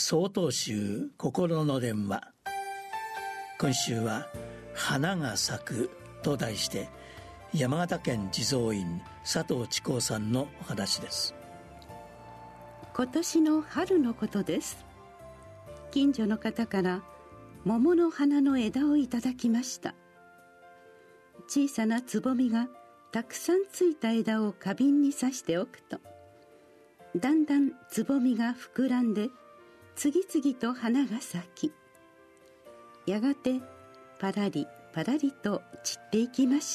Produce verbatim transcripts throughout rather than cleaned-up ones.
曹洞宗心の電話。今週は花が咲くと題して山形県地蔵院佐藤智光さんのお話です。 今年の春のことです。近所の方から桃の花の枝をいただきました。小さなつぼみがたくさんついた枝を花瓶に刺しておくと、だんだんつぼみが膨らんで次々と花が咲き、やがてパラリパラリと散っていきました。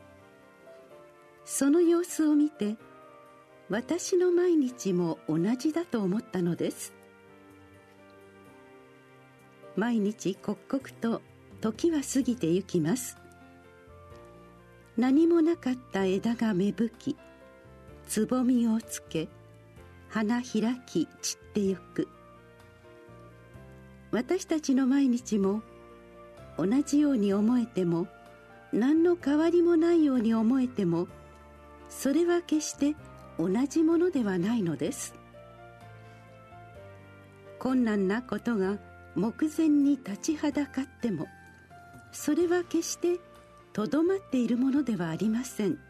その様子を見て、私の毎日も同じだと思ったのです。毎日刻々と時は過ぎてゆきます。何もなかった枝が芽吹き、つぼみをつけ、花開き散ってゆく。私たちの毎日も同じように思えても、何の変わりもないように思えても、それは決して同じものではないのです。困難なことが目前に立ちはだかっても、それは決してとどまっているものではありません。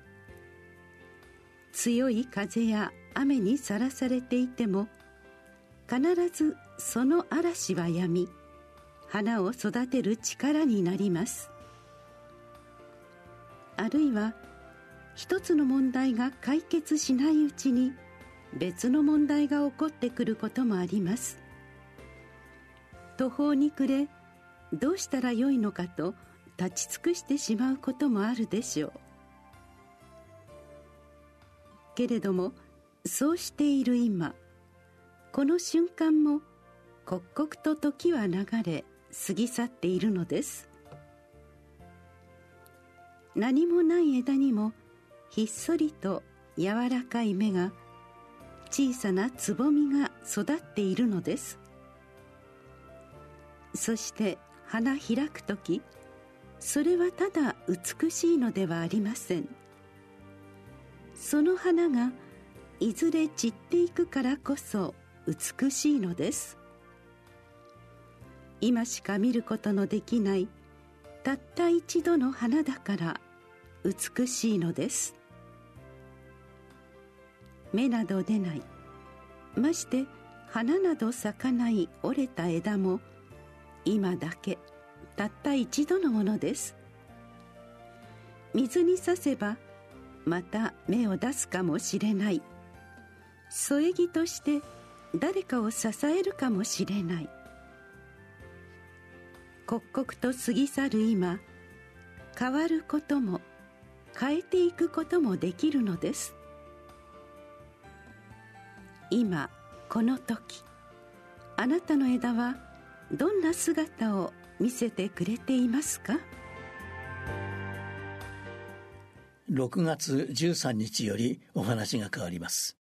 強い風や雨にさらされていても、必ずその嵐はやみ、花を育てる力になります。あるいは一つの問題が解決しないうちに別の問題が起こってくることもあります。途方に暮れ、どうしたらよいのかと立ち尽くしてしまうこともあるでしょう。けれども、そうしている今、この瞬間も刻々と時は流れ過ぎ去っているのです。何もない枝にもひっそりと柔らかい芽が、小さなつぼみが育っているのです。そして花開くとき、それはただ美しいのではありません。その花がいずれ散っていくからこそ美しいのです。今しか見ることのできないたった一度の花だから美しいのです。芽など出ない、まして花など咲かない折れた枝も、今だけたった一度のものです。水にさせばまた芽を出すかもしれない。添え木として誰かを支えるかもしれない。刻々と過ぎ去る今、変わることも変えていくこともできるのです。今この時、あなたの枝はどんな姿を見せてくれていますか？ ろくがつじゅうさんにちよりお話が変わります。